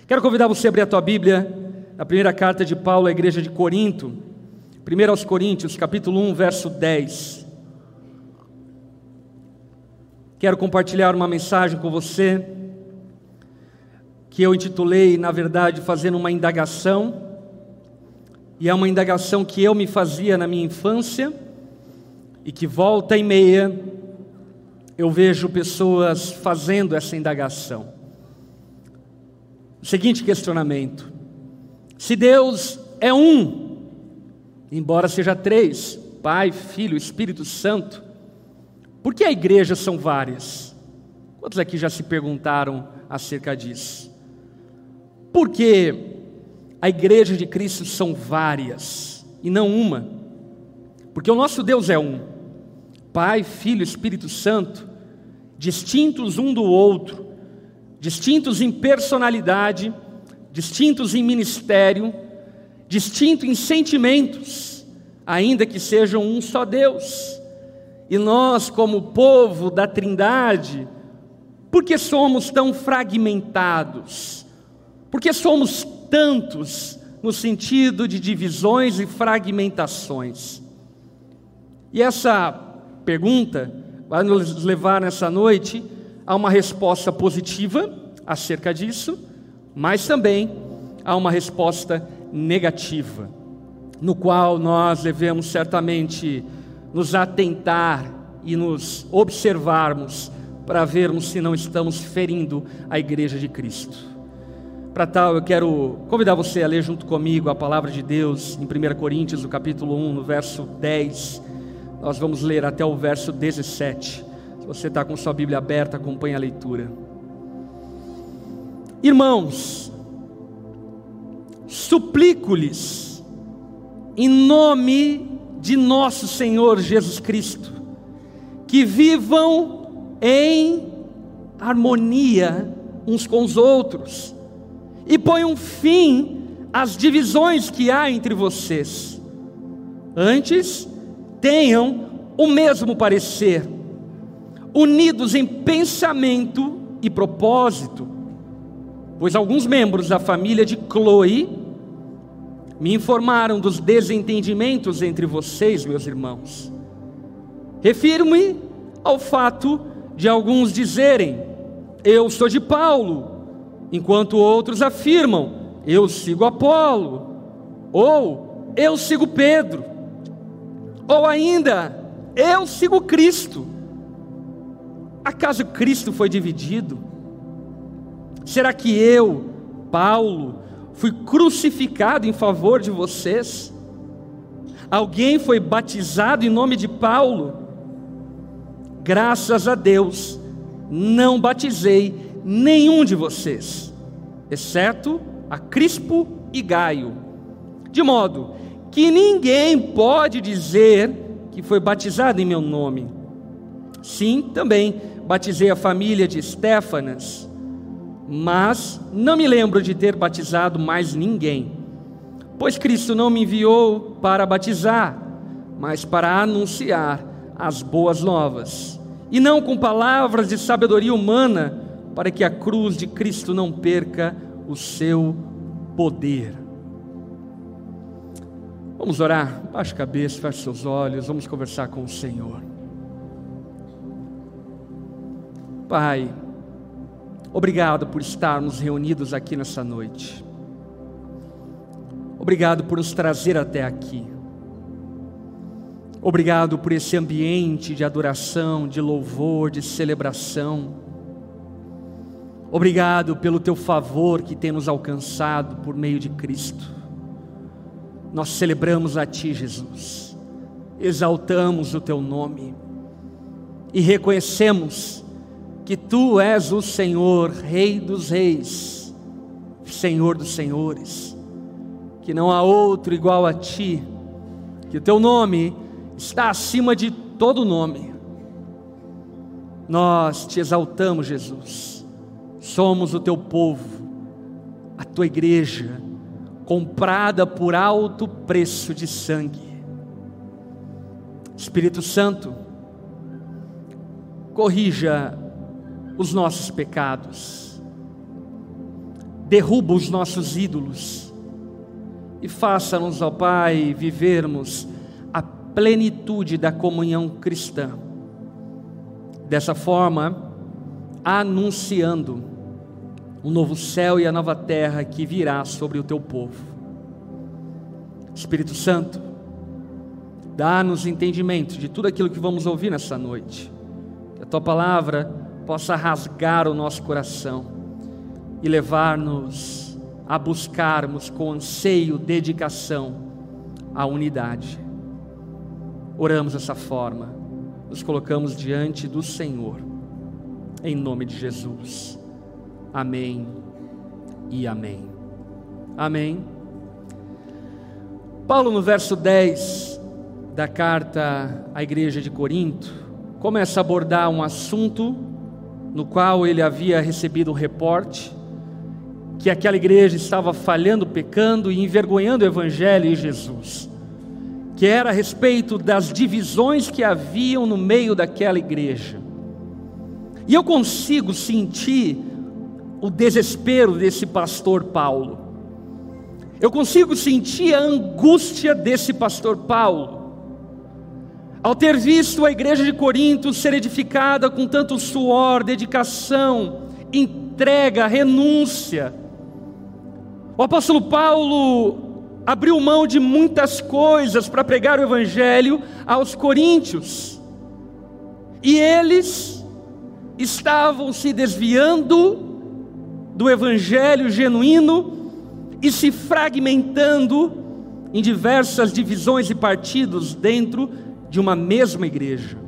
Quero convidar você a abrir a tua Bíblia na primeira carta de Paulo à igreja de Corinto, 1 aos Coríntios, capítulo 1, verso 10. Quero compartilhar uma mensagem com você, que eu intitulei, na verdade, fazendo uma indagação, e é uma indagação que eu me fazia na minha infância, e que volta e meia, eu vejo pessoas fazendo essa indagação. O seguinte questionamento: se Deus é um, embora seja três, Pai, Filho, Espírito Santo, por que a igreja são várias? Quantos aqui já se perguntaram acerca disso? Por que a igreja de Cristo são várias e não uma? Porque o nosso Deus é um, Pai, Filho, Espírito Santo, distintos um do outro, distintos em personalidade, distintos em ministério, distintos em sentimentos, ainda que sejam um só Deus. E nós, como povo da Trindade, por que somos tão fragmentados? Por que somos tantos no sentido de divisões e fragmentações? E essa pergunta vai nos levar nessa noite a uma resposta positiva acerca disso, mas também a uma resposta negativa, no qual nós devemos certamente nos atentar e nos observarmos para vermos se não estamos ferindo a igreja de Cristo. Para tal, eu quero convidar você a ler junto comigo a palavra de Deus em 1 Coríntios, no capítulo 1, no verso 10. Nós vamos ler até o verso 17. Se você está com sua Bíblia aberta, acompanhe a leitura. Irmãos, suplico-lhes, em nome de nosso Senhor Jesus Cristo, que vivam em harmonia uns com os outros, e ponham fim às divisões que há entre vocês. Antes, tenham o mesmo parecer, unidos em pensamento e propósito, pois alguns membros da família de Cloe me informaram dos desentendimentos entre vocês, meus irmãos. Refiro-me ao fato de alguns dizerem: eu sou de Paulo, enquanto outros afirmam: eu sigo Apolo, ou eu sigo Pedro, ou ainda, eu sigo Cristo. Acaso Cristo foi dividido? Será que eu, Paulo, fui crucificado em favor de vocês? Alguém foi batizado em nome de Paulo? Graças a Deus, não batizei nenhum de vocês, exceto a Crispo e Gaio, de modo que ninguém pode dizer que foi batizado em meu nome. Sim, também batizei a família de Estéfanas, mas não me lembro de ter batizado mais ninguém, pois Cristo não me enviou para batizar, mas para anunciar as boas novas, e não com palavras de sabedoria humana, para que a cruz de Cristo não perca o seu poder. Vamos orar? Baixe a cabeça, feche seus olhos, vamos conversar com o Senhor. Pai, obrigado por estarmos reunidos aqui nessa noite. Obrigado por nos trazer até aqui. Obrigado por esse ambiente de adoração, de louvor, de celebração. Obrigado pelo teu favor que tem nos alcançado por meio de Cristo. Nós celebramos a ti, Jesus. Exaltamos o teu nome e reconhecemos que tu és o Senhor, Rei dos reis, Senhor dos senhores, que não há outro igual a ti, que o teu nome está acima de todo nome. Nós te exaltamos, Jesus. Somos o teu povo, a tua igreja, comprada por alto preço de sangue. Espírito Santo, corrija os nossos pecados, derruba os nossos ídolos e faça-nos, ó Pai, vivermos a plenitude da comunhão cristã. Dessa forma, anunciando o novo céu e a nova terra que virá sobre o teu povo. Espírito Santo, dá-nos entendimento de tudo aquilo que vamos ouvir nessa noite. Que a tua palavra possa rasgar o nosso coração e levar-nos a buscarmos com anseio, dedicação, a unidade. Oramos dessa forma, nos colocamos diante do Senhor, em nome de Jesus. Amém e amém. Amém. Paulo, no verso 10 da carta à igreja de Corinto, começa a abordar um assunto no qual ele havia recebido um reporte, que aquela igreja estava falhando, pecando e envergonhando o Evangelho e Jesus, que era a respeito das divisões que haviam no meio daquela igreja. E eu consigo sentir o desespero desse pastor Paulo. Eu consigo sentir a angústia desse pastor Paulo, ao ter visto a igreja de Corinto ser edificada com tanto suor, dedicação, entrega, renúncia. O apóstolo Paulo abriu mão de muitas coisas para pregar o Evangelho aos coríntios, e eles estavam se desviando do Evangelho genuíno e se fragmentando em diversas divisões e partidos dentro de uma mesma igreja.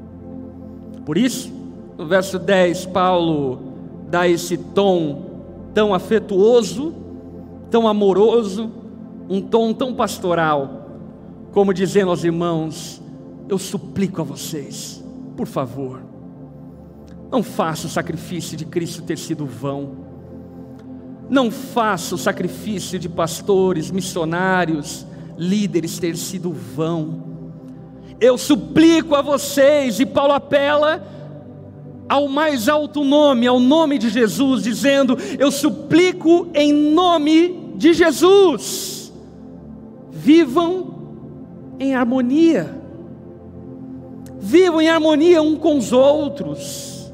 Por isso, no verso 10, Paulo dá esse tom tão afetuoso, tão amoroso, um tom tão pastoral, como dizendo aos irmãos: eu suplico a vocês, por favor, não faça o sacrifício de Cristo ter sido vão. Não faça o sacrifício de pastores, missionários, líderes ter sido vão. Eu suplico a vocês, e Paulo apela ao mais alto nome, ao nome de Jesus, dizendo: eu suplico em nome de Jesus, vivam em harmonia, vivam em harmonia um com os outros.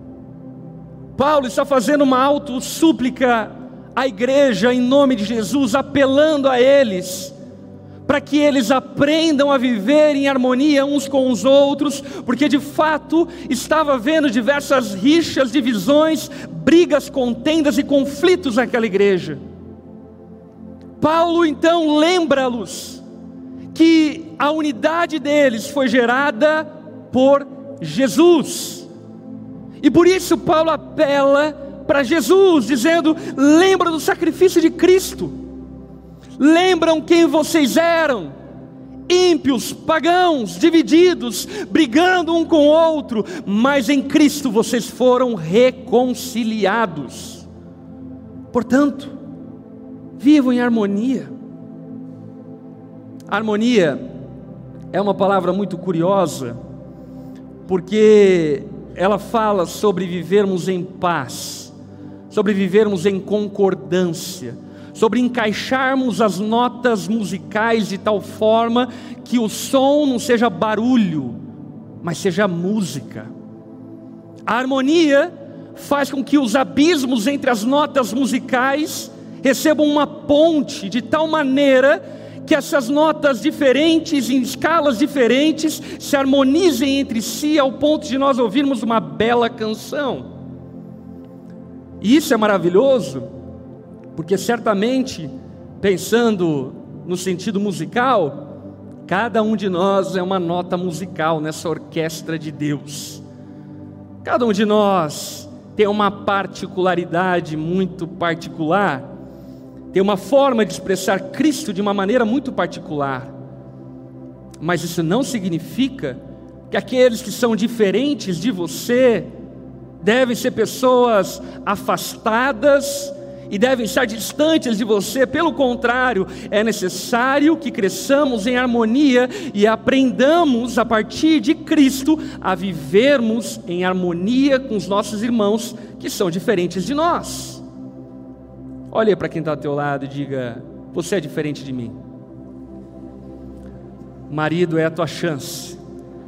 Paulo está fazendo uma auto-súplica à igreja em nome de Jesus, apelando a eles, para que eles aprendam a viver em harmonia uns com os outros, porque de fato estava havendo diversas rixas, divisões, brigas, contendas e conflitos naquela igreja. Paulo então lembra-los que a unidade deles foi gerada por Jesus, e por isso Paulo apela para Jesus, dizendo: lembra do sacrifício de Cristo, lembram quem vocês eram, ímpios, pagãos, divididos, brigando um com o outro, mas em Cristo vocês foram reconciliados. Portanto, vivam em harmonia. Harmonia é uma palavra muito curiosa, porque ela fala sobre vivermos em paz, sobre vivermos em concordância, sobre encaixarmos as notas musicais de tal forma que o som não seja barulho, mas seja música. A harmonia faz com que os abismos entre as notas musicais recebam uma ponte, de tal maneira que essas notas diferentes, em escalas diferentes, se harmonizem entre si ao ponto de nós ouvirmos uma bela canção. E isso é maravilhoso, porque certamente, pensando no sentido musical, cada um de nós é uma nota musical nessa orquestra de Deus. Cada um de nós tem uma particularidade muito particular, tem uma forma de expressar Cristo de uma maneira muito particular. Mas isso não significa que aqueles que são diferentes de você devem ser pessoas afastadas e devem estar distantes de você. Pelo contrário, é necessário que cresçamos em harmonia e aprendamos a partir de Cristo a vivermos em harmonia com os nossos irmãos que são diferentes de nós. Olhe para quem está ao teu lado e diga: você é diferente de mim. Marido é a tua chance.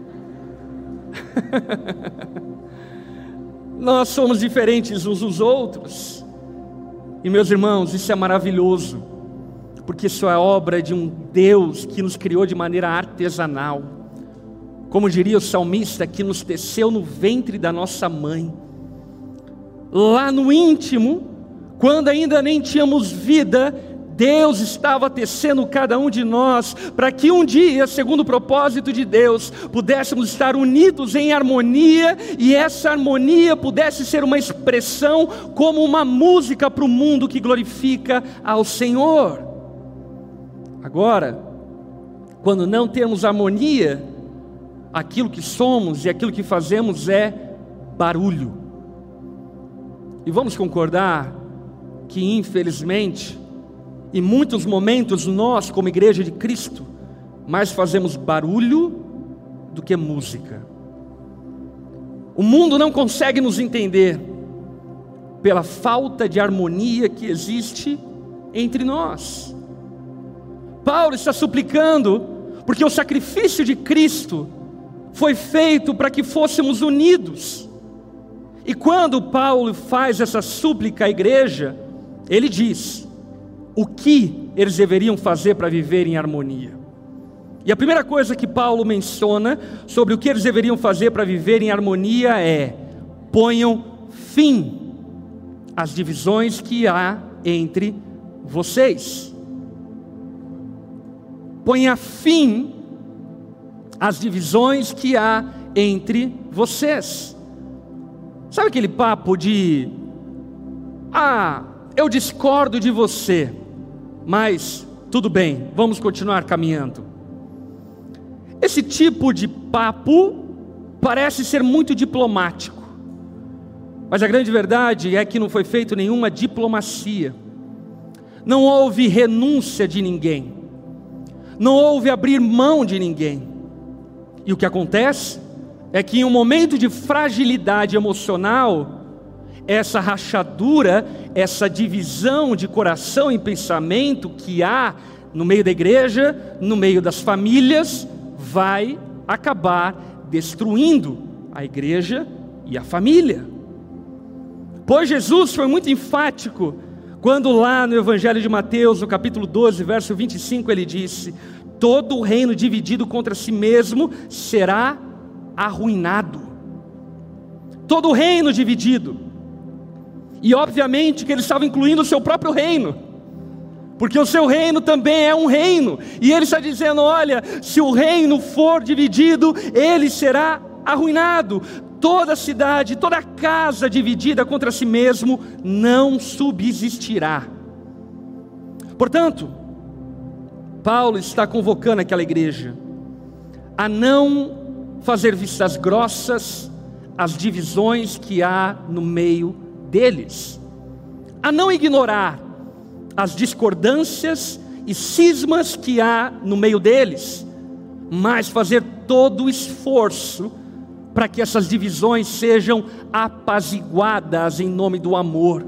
Nós somos diferentes uns dos outros. E meus irmãos, isso é maravilhoso, porque isso é obra de um Deus que nos criou de maneira artesanal. Como diria o salmista, que nos teceu no ventre da nossa mãe. Lá no íntimo, quando ainda nem tínhamos vida, Deus estava tecendo cada um de nós, para que um dia, segundo o propósito de Deus, pudéssemos estar unidos em harmonia, e essa harmonia pudesse ser uma expressão, como uma música para o mundo que glorifica ao Senhor. Agora, quando não temos harmonia, aquilo que somos e aquilo que fazemos é barulho. E vamos concordar que, infelizmente, em muitos momentos nós, como igreja de Cristo, mais fazemos barulho do que música. O mundo não consegue nos entender pela falta de harmonia que existe entre nós. Paulo está suplicando, porque o sacrifício de Cristo foi feito para que fôssemos unidos. E quando Paulo faz essa súplica à igreja, ele diz o que eles deveriam fazer para viver em harmonia. E a primeira coisa que Paulo menciona sobre o que eles deveriam fazer para viver em harmonia é: ponham fim às divisões que há entre vocês. Ponha fim às divisões que há entre vocês. Sabe aquele papo de: eu discordo de você, mas tudo bem, vamos continuar caminhando. Esse tipo de papo parece ser muito diplomático, mas a grande verdade é que não foi feita nenhuma diplomacia. Não houve renúncia de ninguém, não houve abrir mão de ninguém. E o que acontece é que em um momento de fragilidade emocional, essa rachadura, essa divisão de coração e pensamento que há no meio da igreja, no meio das famílias, vai acabar destruindo a igreja e a família. Pois Jesus foi muito enfático quando lá no Evangelho de Mateus, no capítulo 12, verso 25, ele disse: todo o reino dividido contra si mesmo será arruinado. Todo o reino dividido. E obviamente que ele estava incluindo o seu próprio reino, porque o seu reino também é um reino. E ele está dizendo: olha, se o reino for dividido, ele será arruinado. Toda cidade, toda casa dividida contra si mesmo não subsistirá. Portanto, Paulo está convocando aquela igreja a não fazer vistas grossas às divisões que há no meio deles, a não ignorar as discordâncias e cismas que há no meio deles, mas fazer todo o esforço para que essas divisões sejam apaziguadas em nome do amor.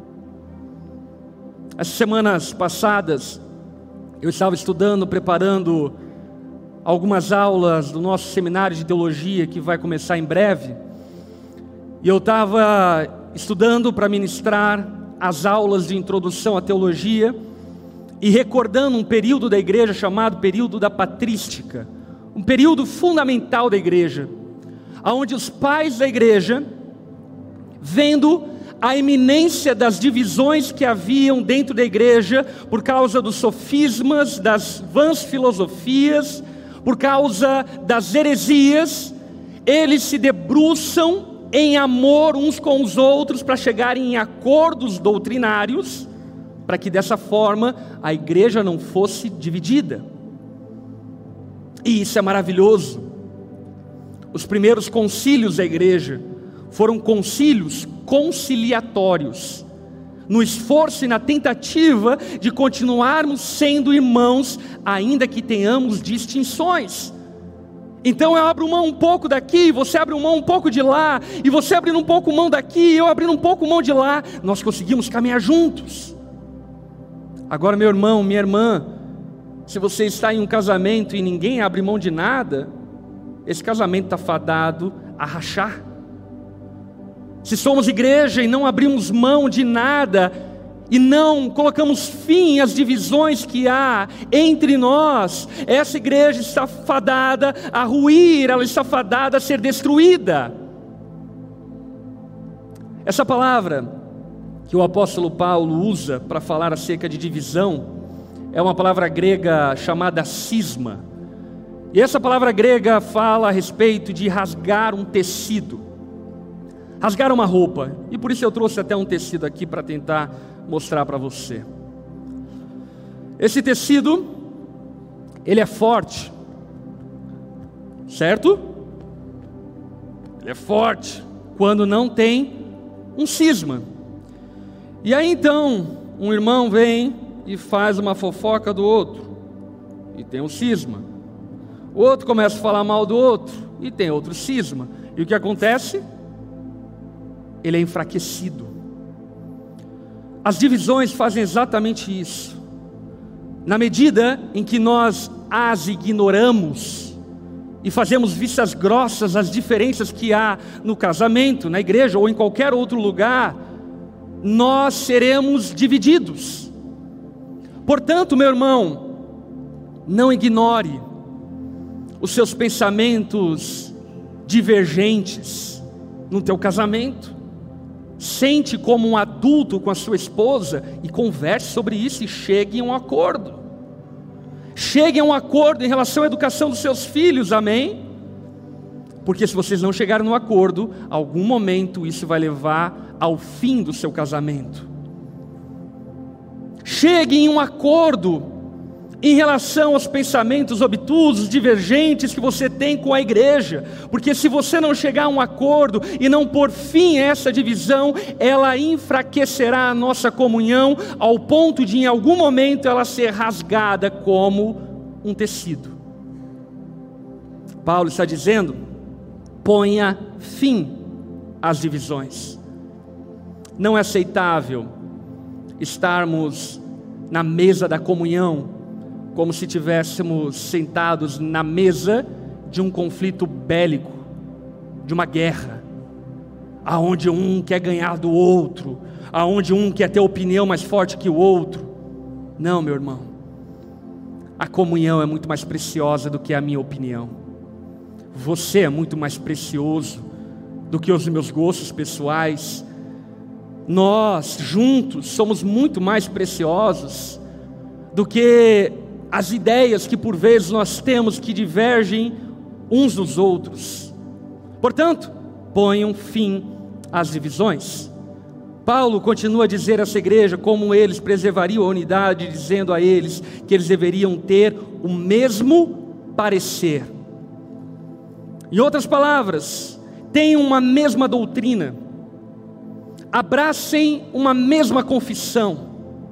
As semanas passadas eu estava estudando, preparando algumas aulas do nosso seminário de teologia que vai começar em breve, e eu estava estudando para ministrar as aulas de introdução à teologia, e recordando um período da igreja chamado período da patrística, um período fundamental da igreja, onde os pais da igreja, vendo a iminência das divisões que haviam dentro da igreja, por causa dos sofismas, das vãs filosofias, por causa das heresias, eles se debruçam em amor uns com os outros para chegarem em acordos doutrinários, para que dessa forma a igreja não fosse dividida. E isso é maravilhoso. Os primeiros concílios da igreja foram concílios conciliatórios, no esforço e na tentativa de continuarmos sendo irmãos, ainda que tenhamos distinções. Então eu abro mão um pouco daqui, você abre mão um pouco de lá, e você abrindo um pouco mão daqui, eu abrindo um pouco mão de lá, nós conseguimos caminhar juntos. Agora, meu irmão, minha irmã, se você está em um casamento e ninguém abre mão de nada, esse casamento está fadado a rachar. Se somos igreja e não abrimos mão de nada, e não colocamos fim às divisões que há entre nós, essa igreja está fadada a ruir, ela está fadada a ser destruída. Essa palavra que o apóstolo Paulo usa para falar acerca de divisão, é uma palavra grega chamada cisma. E essa palavra grega fala a respeito de rasgar um tecido, rasgar uma roupa. E por isso eu trouxe até um tecido aqui para tentar mostrar para você. Esse tecido, ele é forte, certo? Ele é forte quando não tem um cisma. E aí então, um irmão vem e faz uma fofoca do outro, e tem um cisma. O outro começa a falar mal do outro, e tem outro cisma. E o que acontece? Ele é enfraquecido. As divisões fazem exatamente isso. Na medida em que nós as ignoramos e fazemos vistas grossas às diferenças que há no casamento, na igreja ou em qualquer outro lugar, nós seremos divididos. Portanto, meu irmão, não ignore os seus pensamentos divergentes no teu casamento. Sente como um adulto com a sua esposa e converse sobre isso e chegue a um acordo. Chegue a um acordo em relação à educação dos seus filhos, amém? Porque se vocês não chegarem no acordo, algum momento isso vai levar ao fim do seu casamento. Chegue em um acordo em relação aos pensamentos obtusos, divergentes que você tem com a igreja, porque se você não chegar a um acordo e não pôr fim a essa divisão, ela enfraquecerá a nossa comunhão, ao ponto de em algum momento ela ser rasgada como um tecido. Paulo está dizendo: ponha fim às divisões. Não é aceitável estarmos na mesa da comunhão como se estivéssemos sentados na mesa de um conflito bélico, de uma guerra, aonde um quer ganhar do outro, aonde um quer ter opinião mais forte que o outro. Não, meu irmão, a comunhão é muito mais preciosa do que a minha opinião. Você é muito mais precioso do que os meus gostos pessoais. Nós juntos somos muito mais preciosos do que as ideias que por vezes nós temos que divergem uns dos outros. Portanto, ponham fim às divisões. Paulo continua a dizer a essa igreja como eles preservariam a unidade, dizendo a eles que eles deveriam ter o mesmo parecer. Em outras palavras, tenham uma mesma doutrina, abracem uma mesma confissão.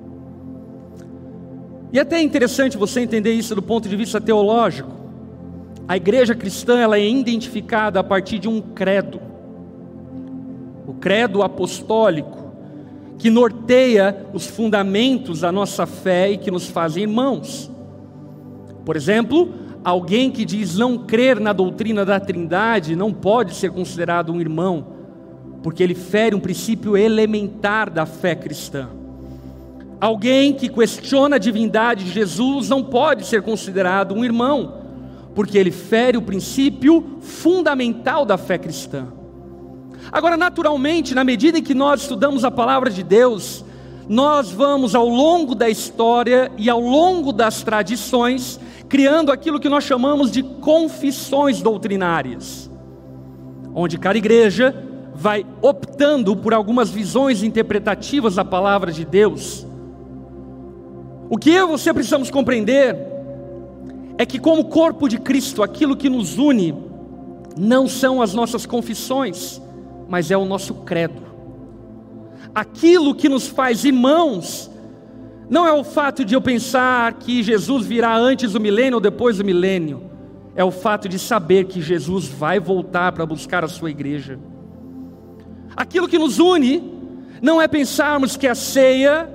E até é interessante você entender isso do ponto de vista teológico. A igreja cristã, ela é identificada a partir de um credo, o credo apostólico, que norteia os fundamentos da nossa fé e que nos fazem irmãos. Por exemplo, alguém que diz não crer na doutrina da Trindade não pode ser considerado um irmão, porque ele fere um princípio elementar da fé cristã. Alguém que questiona a divindade de Jesus não pode ser considerado um irmão, porque ele fere o princípio fundamental da fé cristã. Agora, naturalmente, na medida em que nós estudamos a palavra de Deus, nós vamos ao longo da história e ao longo das tradições, criando aquilo que nós chamamos de confissões doutrinárias, onde cada igreja vai optando por algumas visões interpretativas da palavra de Deus. O que eu e você precisamos compreender é que, como corpo de Cristo, aquilo que nos une não são as nossas confissões, mas é o nosso credo. Aquilo que nos faz irmãos não é o fato de eu pensar que Jesus virá antes do milênio ou depois do milênio, é o fato de saber que Jesus vai voltar para buscar a sua igreja. Aquilo que nos une não é pensarmos que a ceia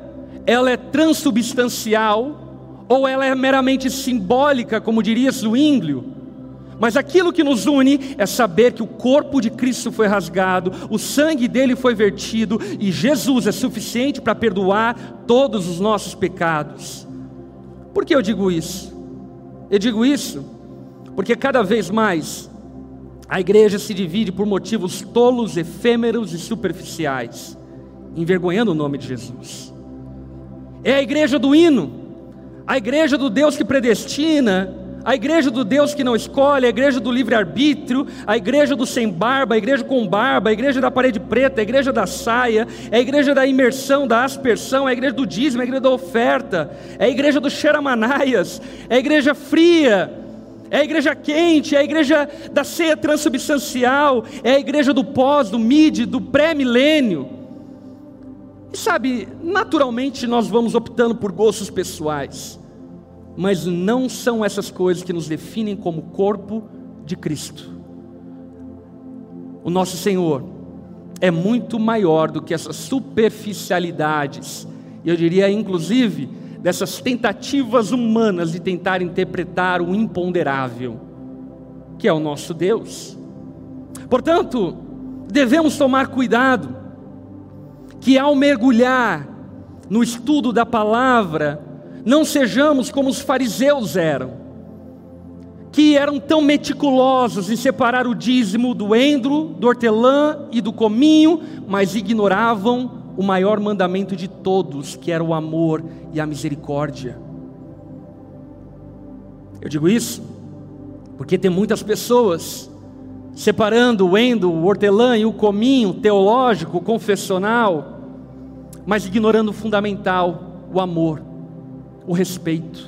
ela é transubstancial, ou ela é meramente simbólica, como diria Zwinglio. Mas aquilo que nos une é saber que o corpo de Cristo foi rasgado, o sangue dele foi vertido, e Jesus é suficiente para perdoar todos os nossos pecados. Por que eu digo isso? Eu digo isso porque cada vez mais a igreja se divide por motivos tolos, efêmeros e superficiais, envergonhando o nome de Jesus. É a igreja do hino, a igreja do Deus que predestina, a igreja do Deus que não escolhe, a igreja do livre-arbítrio, a igreja do sem barba, a igreja com barba, a igreja da parede preta, a igreja da saia, é a igreja da imersão, da aspersão, é a igreja do dízimo, é a igreja da oferta, é a igreja do xeramanaias, é a igreja fria, é a igreja quente, é a igreja da ceia transubstancial, é a igreja do pós, do mid, do pré-milênio. E sabe, naturalmente nós vamos optando por gostos pessoais, mas não são essas coisas que nos definem como corpo de Cristo. O nosso Senhor é muito maior do que essas superficialidades, e eu diria inclusive dessas tentativas humanas de tentar interpretar o imponderável, que é o nosso Deus. Portanto, devemos tomar cuidado, que ao mergulhar no estudo da palavra, não sejamos como os fariseus eram, que eram tão meticulosos em separar o dízimo do endro, do hortelã e do cominho, mas ignoravam o maior mandamento de todos, que era o amor e a misericórdia. Eu digo isso porque tem muitas pessoas separando o endro, o hortelã e o cominho teológico, confessional, mas ignorando o fundamental, o amor, o respeito.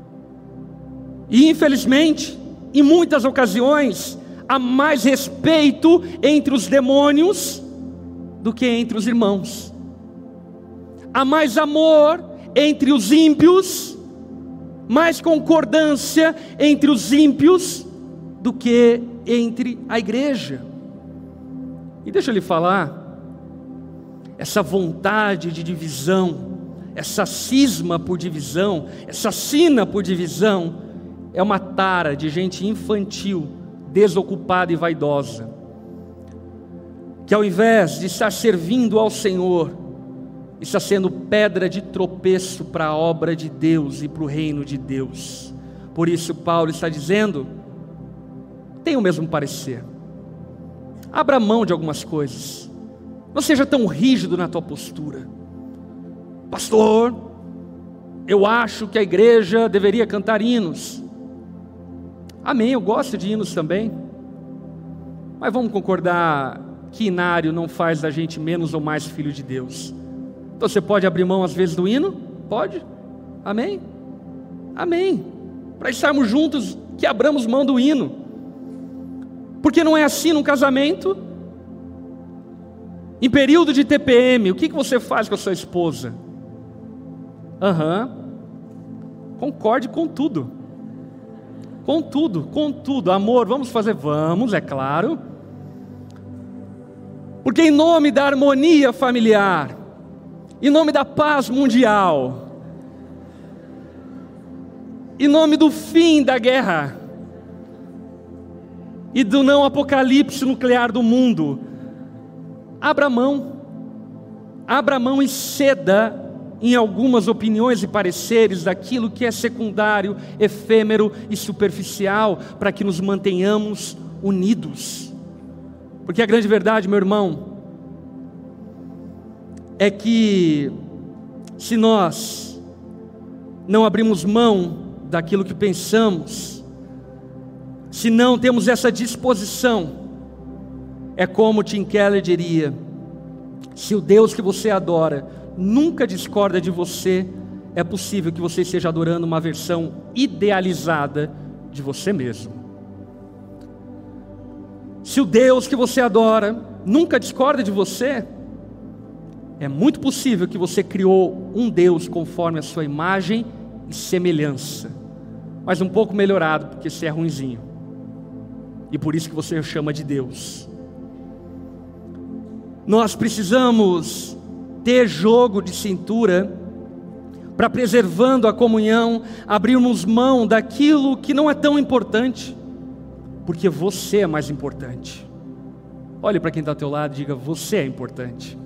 E infelizmente, em muitas ocasiões, há mais respeito entre os demônios do que entre os irmãos. Há mais amor entre os ímpios, mais concordância entre os ímpios do que entre a igreja. E deixa eu lhe falar, essa vontade de divisão, essa cisma por divisão, essa sina por divisão, é uma tara de gente infantil, desocupada e vaidosa, que ao invés de estar servindo ao Senhor, está sendo pedra de tropeço para a obra de Deus e para o reino de Deus. Por isso Paulo está dizendo, tenha o mesmo parecer, abra mão de algumas coisas, não seja tão rígido na tua postura. Pastor, eu acho que a igreja deveria cantar hinos. Amém, eu gosto de hinos também. Mas vamos concordar que hinário não faz da gente menos ou mais filho de Deus. Então você pode abrir mão às vezes do hino? Pode. Amém? Amém. Para estarmos juntos, que abramos mão do hino. Porque não é assim num casamento. Em período de TPM, o que você faz com a sua esposa? Concorde com tudo. Com tudo. Amor, vamos fazer? Vamos, é claro. Porque em nome da harmonia familiar, em nome da paz mundial, em nome do fim da guerra e do não apocalipse nuclear do mundo, abra mão e ceda em algumas opiniões e pareceres daquilo que é secundário, efêmero e superficial, para que nos mantenhamos unidos. Porque a grande verdade, meu irmão, é que se nós não abrimos mão daquilo que pensamos, se não temos essa disposição, é como Tim Keller diria, se o Deus que você adora nunca discorda de você, é possível que você esteja adorando uma versão idealizada de você mesmo. Se o Deus que você adora nunca discorda de você, é muito possível que você criou um Deus conforme a sua imagem e semelhança, mas um pouco melhorado, porque você é ruinzinho, e por isso que você chama de Deus. Nós precisamos ter jogo de cintura para, preservando a comunhão, abrirmos mão daquilo que não é tão importante, porque você é mais importante. Olhe para quem está ao teu lado e diga: você é importante.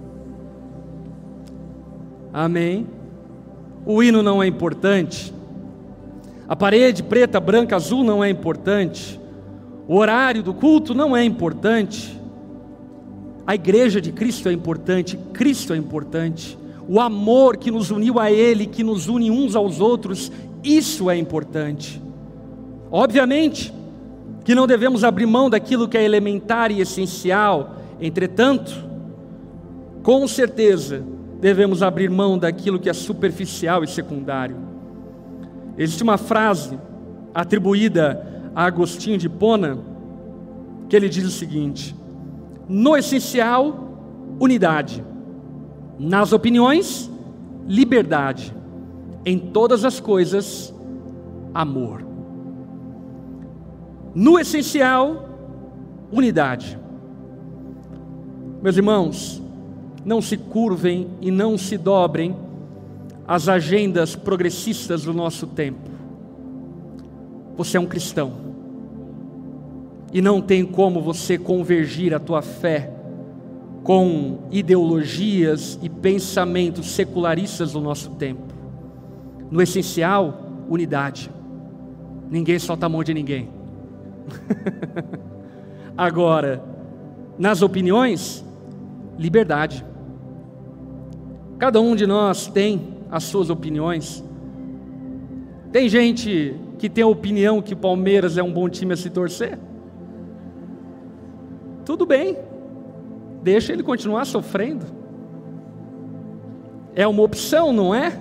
Amém? O hino não é importante, a parede preta, branca, azul não é importante, o horário do culto não é importante, a igreja de Cristo é importante, Cristo é importante, o amor que nos uniu a Ele, que nos une uns aos outros, isso é importante. Obviamente que não devemos abrir mão daquilo que é elementar e essencial, entretanto, com certeza, devemos abrir mão daquilo que é superficial e secundário. Existe uma frase atribuída a Agostinho de Hipona, que ele diz o seguinte: no essencial, unidade; nas opiniões, liberdade; em todas as coisas, amor. No essencial, unidade. Meus irmãos, não se curvem e não se dobrem às agendas progressistas do nosso tempo. Você é um cristão, e não tem como você convergir a tua fé com ideologias e pensamentos secularistas do nosso tempo. No essencial, unidade. Ninguém solta a mão de ninguém. Agora, nas opiniões, liberdade. Cada um de nós tem as suas opiniões. Tem gente que tem a opinião que o Palmeiras é um bom time a se torcer. Tudo bem, deixa ele continuar sofrendo. É uma opção, não é?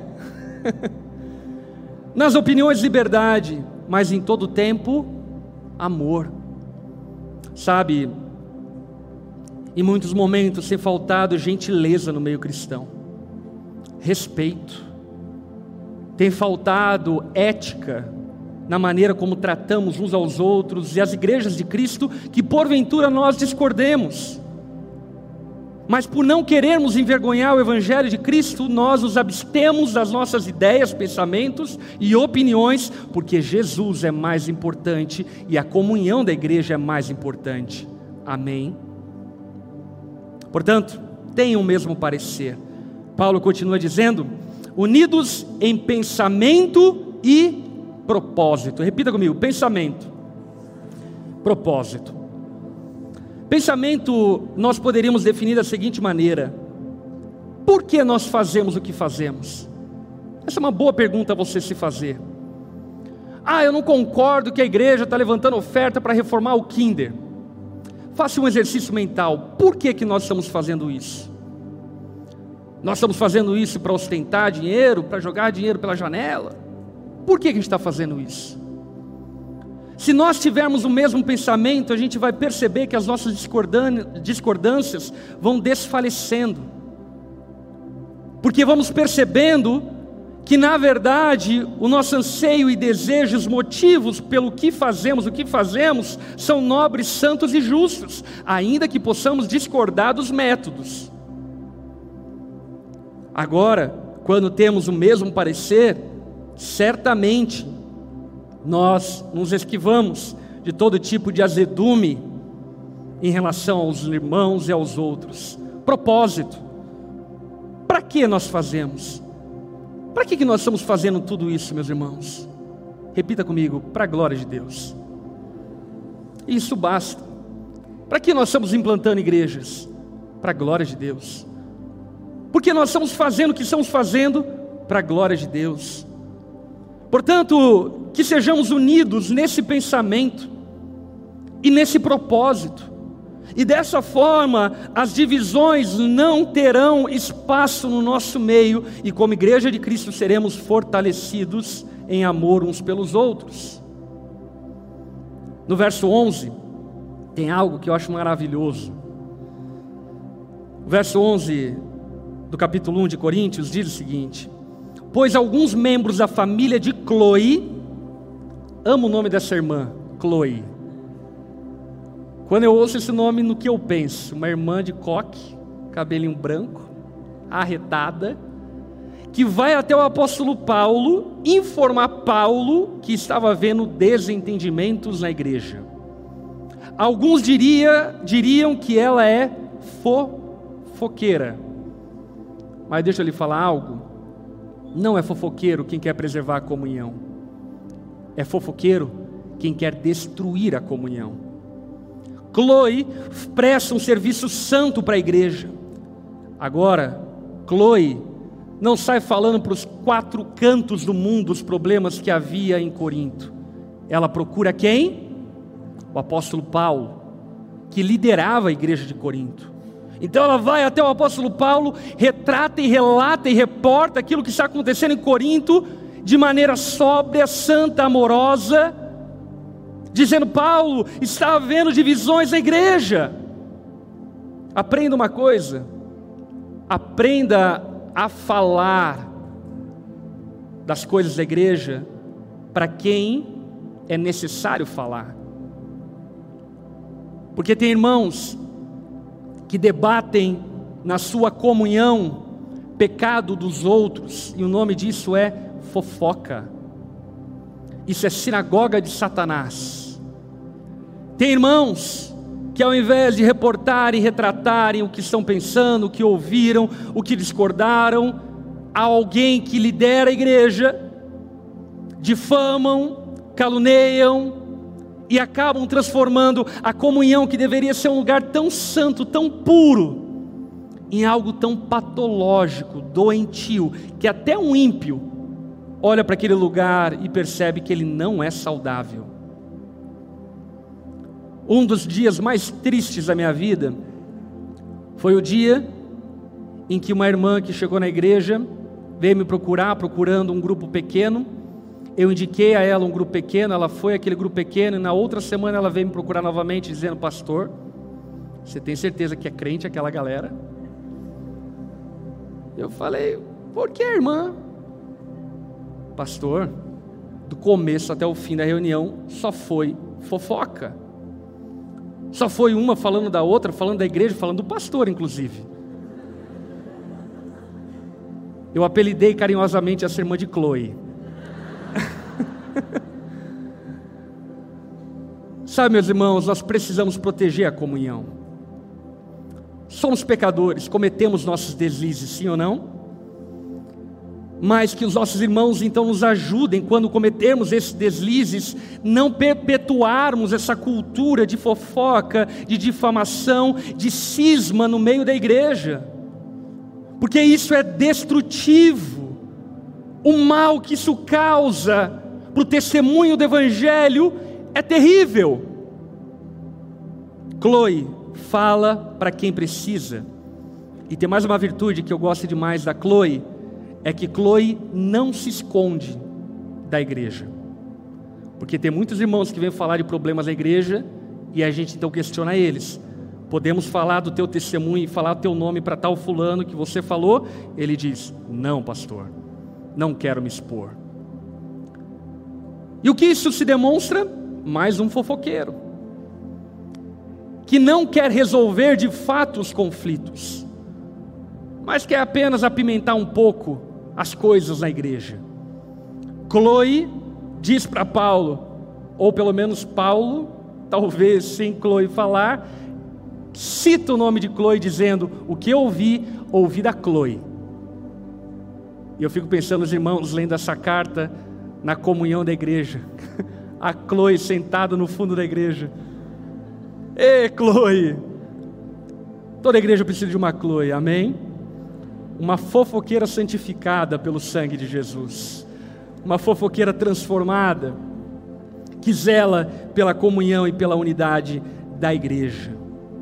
Nas opiniões, liberdade, mas em todo tempo, amor. Sabe, em muitos momentos tem faltado gentileza no meio cristão, respeito, tem faltado ética na maneira como tratamos uns aos outros, e as igrejas de Cristo, que porventura nós discordemos, mas por não querermos envergonhar o Evangelho de Cristo, nós nos abstemos das nossas ideias, pensamentos e opiniões, porque Jesus é mais importante e a comunhão da igreja é mais importante. Amém? Portanto, tenham o mesmo parecer. Paulo continua dizendo: unidos em pensamento e propósito. Repita comigo: pensamento, propósito. Pensamento nós poderíamos definir da seguinte maneira: por que nós fazemos o que fazemos? Essa é uma boa pergunta a você se fazer. Eu não concordo que a igreja está levantando oferta para reformar o Kinder. Faça um exercício mental. Por que nós estamos fazendo isso? Nós estamos fazendo isso para ostentar dinheiro, para jogar dinheiro pela janela? Por que a gente está fazendo isso? Se nós tivermos o mesmo pensamento, a gente vai perceber que as nossas discordâncias vão desfalecendo, porque vamos percebendo que na verdade o nosso anseio e desejo, os motivos pelo que fazemos o que fazemos, são nobres, santos e justos, ainda que possamos discordar dos métodos. Agora, quando temos o mesmo parecer, certamente nós nos esquivamos de todo tipo de azedume em relação aos irmãos e aos outros. Propósito: para que nós fazemos? Para que nós estamos fazendo tudo isso, meus irmãos? Repita comigo: para a glória de Deus. Isso basta. Para que nós estamos implantando igrejas? Para a glória de Deus. Porque nós estamos fazendo o que estamos fazendo para a glória de Deus. Portanto, que sejamos unidos nesse pensamento e nesse propósito, e dessa forma as divisões não terão espaço no nosso meio, e como igreja de Cristo seremos fortalecidos em amor uns pelos outros. No verso 11 tem algo que eu acho maravilhoso. O verso 11 do capítulo 1 de Coríntios diz o seguinte: pois alguns membros da família de Cloe, amo o nome dessa irmã, Cloe. Quando eu ouço esse nome, no que eu penso? Uma irmã de coque, cabelinho branco, arretada, que vai até o apóstolo Paulo informar Paulo que estava havendo desentendimentos na igreja. Alguns diriam que ela é fofoqueira. Mas deixa eu lhe falar algo. Não é fofoqueiro quem quer preservar a comunhão. É fofoqueiro quem quer destruir a comunhão. Chloe presta um serviço santo para a igreja. Agora, Chloe não sai falando para os 4 cantos do mundo os problemas que havia em Corinto. Ela procura quem? O apóstolo Paulo, que liderava a igreja de Corinto. Então ela vai até o apóstolo Paulo, retrata e relata e reporta aquilo que está acontecendo em Corinto, de maneira sóbria, santa, amorosa, dizendo: Paulo, está havendo divisões na igreja. Aprenda uma coisa, aprenda a falar das coisas da igreja para quem é necessário falar. Porque tem irmãos que debatem na sua comunhão pecado dos outros, e o nome disso é fofoca. Isso é sinagoga de Satanás. Tem irmãos que, ao invés de reportarem e retratarem o que estão pensando, o que ouviram, o que discordaram, há alguém que lidera a igreja, difamam, caluniam e acabam transformando a comunhão, que deveria ser um lugar tão santo, tão puro, em algo tão patológico, doentio, que até um ímpio olha para aquele lugar e percebe que ele não é saudável. Um dos dias mais tristes da minha vida foi o dia em que uma irmã que chegou na igreja veio me procurar, procurando um grupo pequeno. Eu indiquei a ela um grupo pequeno, ela foi àquele grupo pequeno, e na outra semana ela veio me procurar novamente, dizendo: pastor, você tem certeza que é crente aquela galera? Eu falei: por que, irmã? Pastor, do começo até o fim da reunião só foi fofoca. Só foi uma falando da outra, falando da igreja, falando do pastor, inclusive. Eu apelidei carinhosamente essa irmã de Chloe. Sabe, meus irmãos, nós precisamos proteger a comunhão. Somos pecadores, cometemos nossos deslizes, sim ou não? Mas que os nossos irmãos então nos ajudem, quando cometermos esses deslizes, não perpetuarmos essa cultura de fofoca, de difamação, de cisma no meio da igreja, porque isso é destrutivo. O mal que isso causa para o testemunho do evangelho é terrível. Chloe fala para quem precisa. E tem mais uma virtude que eu gosto demais da Chloe, é que Chloe não se esconde da igreja. Porque tem muitos irmãos que vêm falar de problemas na igreja, e a gente então questiona eles: podemos falar do teu testemunho e falar o teu nome para tal fulano que você falou? Ele diz: não, pastor, não quero me expor. E o que isso se demonstra? Mais um fofoqueiro, que não quer resolver de fato os conflitos, mas quer apenas apimentar um pouco as coisas na igreja. Chloe diz para Paulo, ou pelo menos Paulo, talvez sem Chloe falar, cita o nome de Chloe dizendo: o que eu ouvi da Chloe. E eu fico pensando, os irmãos lendo essa carta na comunhão da igreja, a Chloe sentada no fundo da igreja. Ei, Chloe! Toda igreja precisa de uma Chloe, amém? Uma fofoqueira santificada pelo sangue de Jesus, uma fofoqueira transformada, que zela pela comunhão e pela unidade da igreja.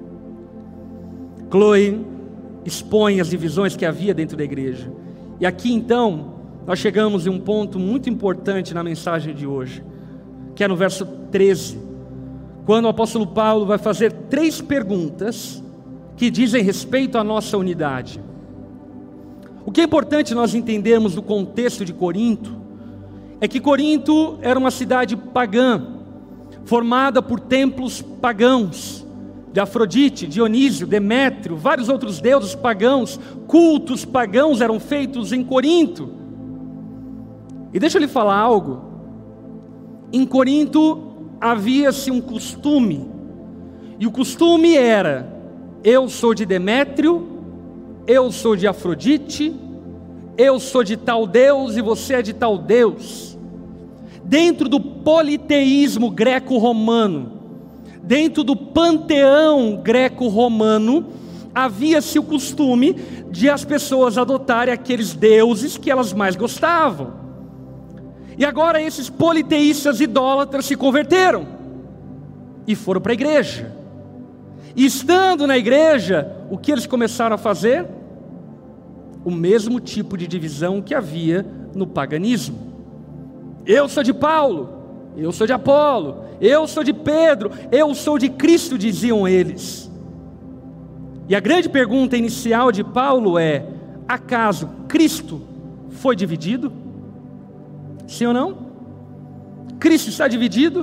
Chloe expõe as divisões que havia dentro da igreja. E aqui então, nós chegamos em um ponto muito importante na mensagem de hoje, que é no verso 13, quando o apóstolo Paulo vai fazer 3 perguntas que dizem respeito à nossa unidade. O que é importante nós entendermos do contexto de Corinto, é que Corinto era uma cidade pagã, formada por templos pagãos, de Afrodite, Dionísio, Demétrio, vários outros deuses pagãos, cultos pagãos eram feitos em Corinto. E deixa eu lhe falar algo. Em Corinto havia-se um costume, e o costume era: eu sou de Demétrio, eu sou de Afrodite, eu sou de tal Deus e você é de tal Deus. Dentro do politeísmo greco-romano, dentro do panteão greco-romano, havia-se o costume de as pessoas adotarem aqueles deuses que elas mais gostavam. E agora esses politeístas idólatras se converteram e foram para a igreja. E estando na igreja, o que eles começaram a fazer? O mesmo tipo de divisão que havia no paganismo. Eu sou de Paulo, eu sou de Apolo, eu sou de Pedro, eu sou de Cristo, diziam eles. E a grande pergunta inicial de Paulo é: acaso Cristo foi dividido? Sim ou não? Cristo está dividido?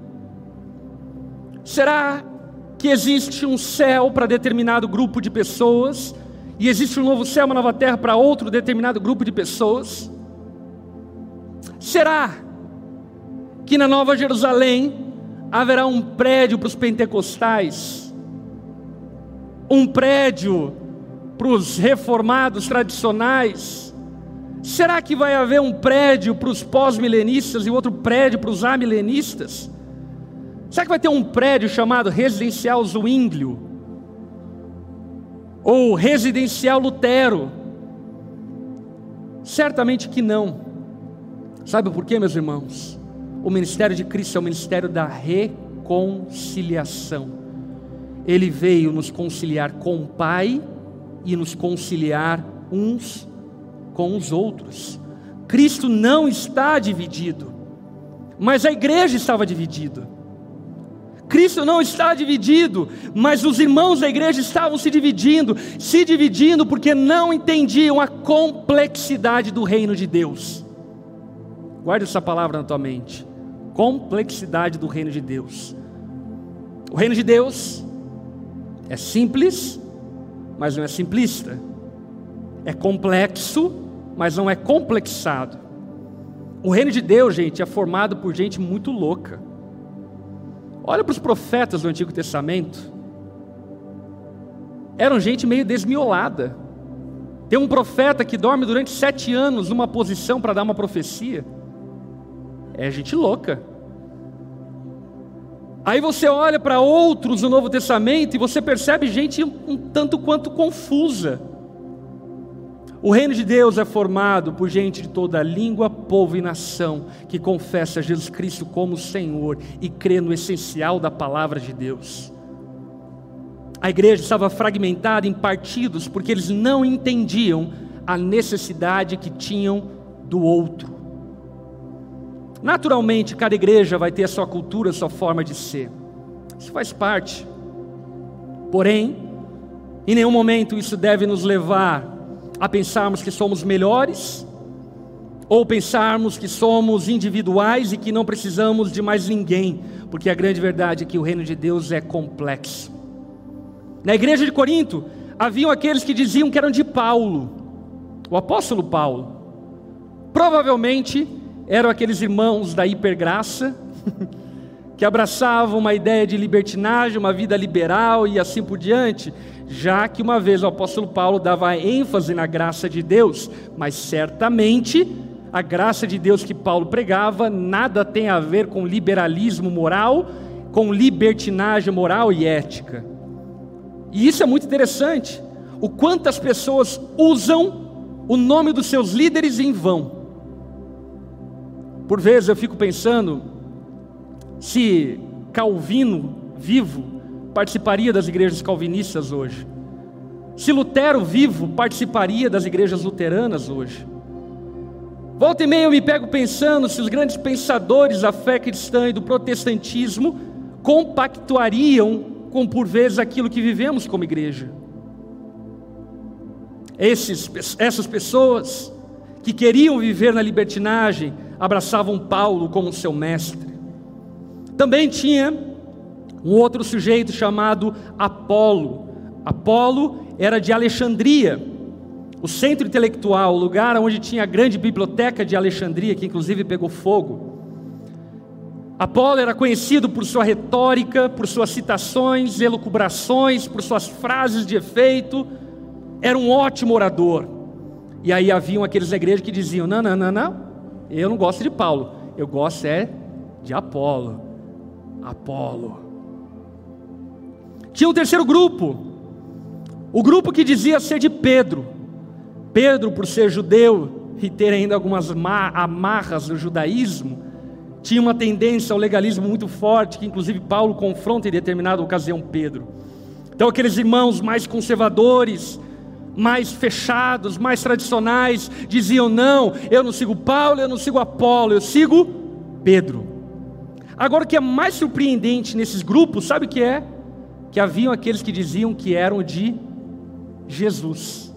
Será que existe um céu para determinado grupo de pessoas, e existe um novo céu, uma nova terra para outro determinado grupo de pessoas? Será que na Nova Jerusalém haverá um prédio para os pentecostais, um prédio para os reformados tradicionais? Será que vai haver um prédio para os pós-milenistas e outro prédio para os amilenistas? Será que vai ter um prédio chamado Residencial Zwinglio? Ou Residencial Lutero? Certamente que não. Sabe por quê, meus irmãos? O ministério de Cristo é o ministério da reconciliação. Ele veio nos conciliar com o Pai e nos conciliar uns com os outros. Cristo não está dividido, mas a igreja estava dividida. Cristo não está dividido, mas os irmãos da igreja estavam se dividindo porque não entendiam a complexidade do reino de Deus. Guarde essa palavra na tua mente: complexidade do reino de Deus. O reino de Deus é simples, mas não é simplista. É complexo, mas não é complexado. O reino de Deus, gente, é formado por gente muito louca. Olha para os profetas do Antigo Testamento. Eram gente meio desmiolada. Tem um profeta que dorme durante 7 anos numa posição para dar uma profecia. É gente louca. Aí você olha para outros no Novo Testamento e você percebe gente um tanto quanto confusa. O reino de Deus é formado por gente de toda língua, povo e nação, que confessa Jesus Cristo como Senhor e crê no essencial da palavra de Deus. A igreja estava fragmentada em partidos porque eles não entendiam a necessidade que tinham do outro. Naturalmente, cada igreja vai ter a sua cultura, a sua forma de ser. Isso faz parte. Porém, em nenhum momento isso deve nos levar a pensarmos que somos melhores, ou pensarmos que somos individuais e que não precisamos de mais ninguém, porque a grande verdade é que o reino de Deus é complexo. Na igreja de Corinto, haviam aqueles que diziam que eram de Paulo, o apóstolo Paulo. Provavelmente eram aqueles irmãos da hipergraça, que abraçavam uma ideia de libertinagem, uma vida liberal e assim por diante, já que uma vez o apóstolo Paulo dava ênfase na graça de Deus, mas certamente a graça de Deus que Paulo pregava nada tem a ver com liberalismo moral, com libertinagem moral e ética. E isso é muito interessante, o quanto as pessoas usam o nome dos seus líderes em vão. Por vezes eu fico pensando se Calvino vivo participaria das igrejas calvinistas hoje, se Lutero vivo participaria das igrejas luteranas hoje. Volta e meia eu me pego pensando se os grandes pensadores da fé cristã e do protestantismo compactuariam com, por vezes, aquilo que vivemos como igreja. Essas pessoas que queriam viver na libertinagem abraçavam Paulo como seu mestre. Também tinha Um outro sujeito chamado Apolo. Apolo era de Alexandria, o centro intelectual, o lugar onde tinha a grande biblioteca de Alexandria, que inclusive pegou fogo. Apolo era conhecido por sua retórica, por suas citações, elucubrações, por suas frases de efeito. Era um ótimo orador. E aí haviam aqueles na igreja que diziam: não, eu não gosto de Paulo, eu gosto de Apolo. Tinha um terceiro grupo, o grupo que dizia ser de Pedro. Pedro, por ser judeu e ter ainda algumas amarras do judaísmo, tinha uma tendência ao legalismo muito forte, que inclusive Paulo confronta em determinada ocasião Pedro. Então aqueles irmãos mais conservadores, mais fechados, mais tradicionais, diziam: não, eu não sigo Paulo, eu não sigo Apolo, eu sigo Pedro. Agora, o que é mais surpreendente nesses grupos, sabe o que é? Que haviam aqueles que diziam que eram de Jesus.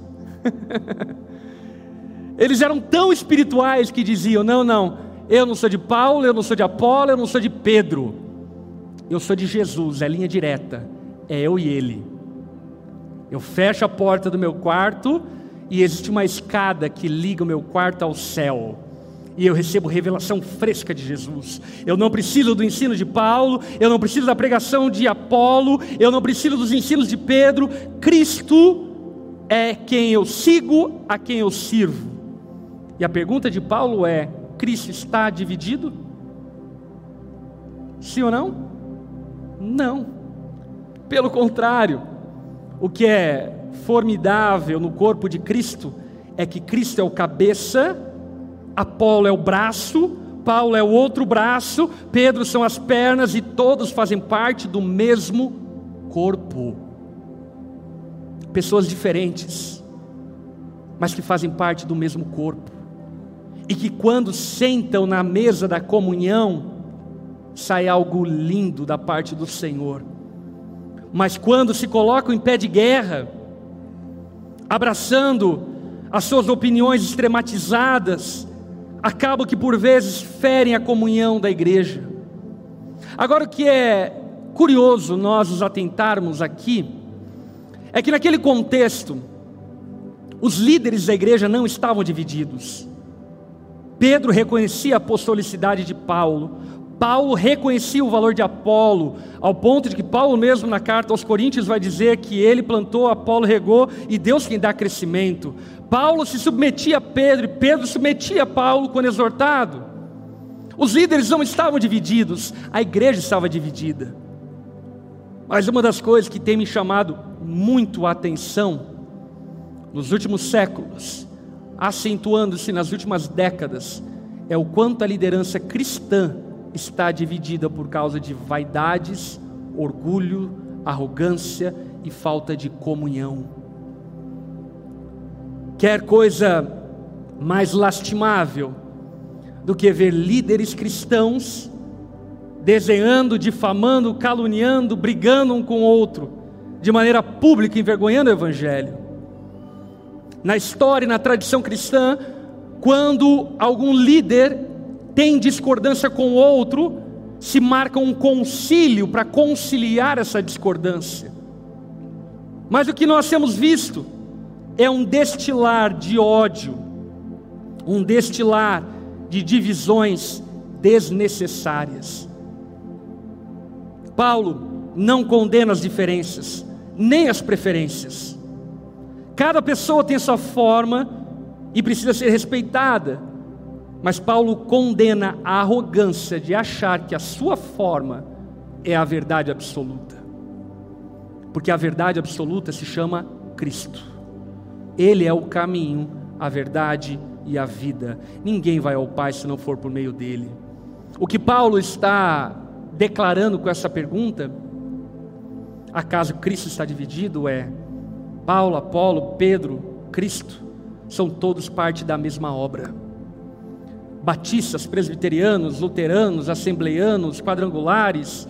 Eles eram tão espirituais que diziam: não, eu não sou de Paulo, eu não sou de Apolo, eu não sou de Pedro, eu sou de Jesus, é linha direta, é eu e ele. Eu fecho a porta do meu quarto e existe uma escada que liga o meu quarto ao céu, e eu recebo revelação fresca de Jesus. Eu não preciso do ensino de Paulo, eu não preciso da pregação de Apolo, eu não preciso dos ensinos de Pedro. Cristo é quem eu sigo, a quem eu sirvo. E a pergunta de Paulo é: Cristo está dividido? Sim ou não? Não. Pelo contrário, o que é formidável no corpo de Cristo é que Cristo é o cabeça, Apolo é o braço, Paulo é o outro braço, Pedro são as pernas, e todos fazem parte do mesmo corpo. Pessoas diferentes, mas que fazem parte do mesmo corpo, e que quando sentam na mesa da comunhão, sai algo lindo da parte do Senhor. Mas quando se colocam em pé de guerra, abraçando as suas opiniões extrematizadas, acabam que por vezes ferem a comunhão da igreja. Agora, o que é curioso nós nos atentarmos aqui, é que naquele contexto, os líderes da igreja não estavam divididos. Pedro reconhecia a apostolicidade de Paulo, Paulo reconhecia o valor de Apolo, ao ponto de que Paulo mesmo na carta aos Coríntios vai dizer que ele plantou, Apolo regou, e Deus quem dá crescimento. Paulo se submetia a Pedro, e Pedro submetia a Paulo quando exortado. Os líderes não estavam divididos, a igreja estava dividida. Mas uma das coisas que tem me chamado muito a atenção nos últimos séculos, acentuando-se nas últimas décadas, é o quanto a liderança cristã está dividida por causa de vaidades, orgulho, arrogância e falta de comunhão. Quer coisa mais lastimável do que ver líderes cristãos desenhando, difamando, caluniando, brigando um com o outro, de maneira pública, envergonhando o Evangelho? Na história e na tradição cristã, quando algum líder tem discordância com o outro, se marca um concílio para conciliar essa discordância. Mas o que nós temos visto é um destilar de ódio, um destilar de divisões desnecessárias. Paulo não condena as diferenças, nem as preferências. Cada pessoa tem sua forma e precisa ser respeitada. Mas Paulo condena a arrogância de achar que a sua forma é a verdade absoluta. Porque a verdade absoluta se chama Cristo. Ele é o caminho, a verdade e a vida. Ninguém vai ao Pai se não for por meio dele. O que Paulo está declarando com essa pergunta, acaso Cristo está dividido, é: Paulo, Apolo, Pedro, Cristo, são todos parte da mesma obra. Batistas, presbiterianos, luteranos, assembleianos, quadrangulares,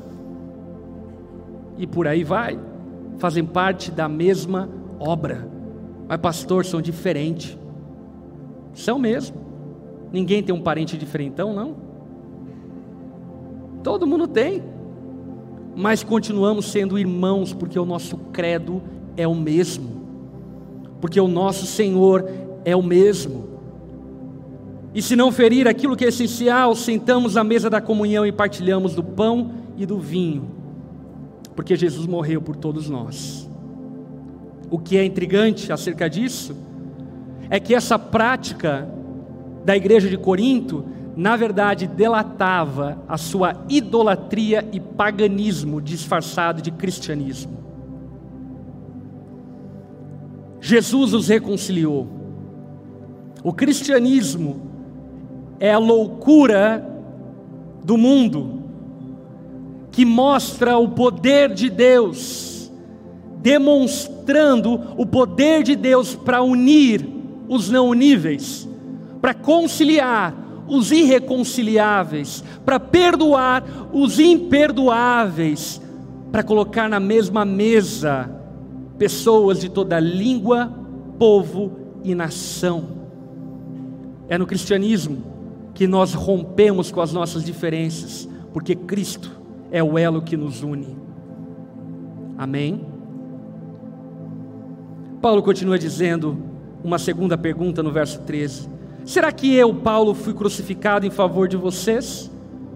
e por aí vai, fazem parte da mesma obra. Mas pastor, são diferentes. São mesmo. Ninguém tem um parente diferentão, não? Todo mundo tem. mas continuamos sendo irmãos, porque o nosso credo é o mesmo, porque o nosso Senhor é o mesmo. E se não ferir aquilo que é essencial, sentamos à mesa da comunhão e partilhamos do pão e do vinho, porque Jesus morreu por todos nós. O que é intrigante acerca disso é que essa prática da igreja de Corinto, na verdade, delatava a sua idolatria e paganismo disfarçado de cristianismo. Jesus os reconciliou. O cristianismo é a loucura do mundo, que mostra o poder de Deus, demonstrando o poder de Deus para unir os não uníveis, para conciliar os irreconciliáveis, para perdoar os imperdoáveis, para colocar na mesma mesa pessoas de toda língua, povo e nação. É no cristianismo que nós rompemos com as nossas diferenças, porque Cristo é o elo que nos une. Amém? Paulo continua dizendo uma segunda pergunta no verso 13: será que eu, Paulo, fui crucificado em favor de vocês?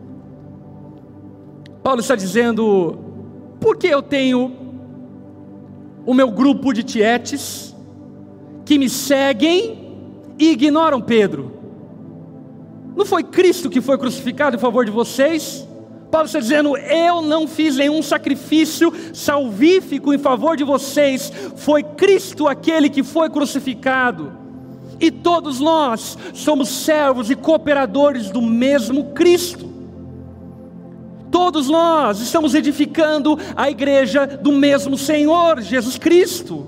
Paulo está dizendo: por que eu tenho o meu grupo de tietes que me seguem e ignoram Pedro? Não foi Cristo que foi crucificado em favor de vocês? Paulo está dizendo: eu não fiz nenhum sacrifício salvífico em favor de vocês, foi Cristo aquele que foi crucificado. E todos nós somos servos e cooperadores do mesmo Cristo. Todos nós estamos edificando a igreja do mesmo Senhor, Jesus Cristo.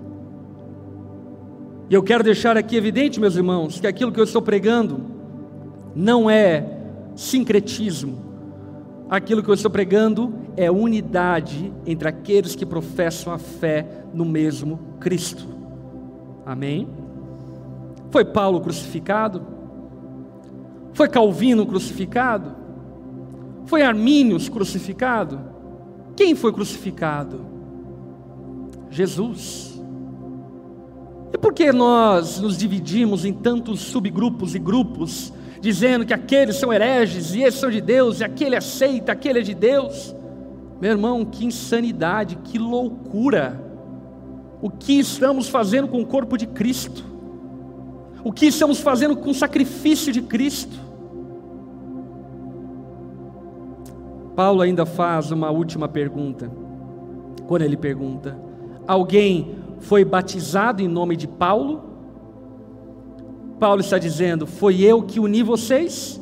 E eu quero deixar aqui evidente, meus irmãos, que aquilo que eu estou pregando não é sincretismo. Aquilo que eu estou pregando é unidade entre aqueles que professam a fé no mesmo Cristo. Amém? Foi Paulo crucificado? Foi Calvino crucificado? Foi Armínios crucificado? Quem foi crucificado? Jesus. E por que nós nos dividimos em tantos subgrupos e grupos, dizendo que aqueles são hereges, e esses são de Deus, e aquele aceita, aquele é de Deus? Meu irmão, que insanidade, que loucura! O que estamos fazendo com o corpo de Cristo? O que estamos fazendo com o sacrifício de Cristo? Paulo ainda faz uma última pergunta, quando ele pergunta: alguém foi batizado em nome de Paulo? Paulo está dizendo: foi eu que uni vocês?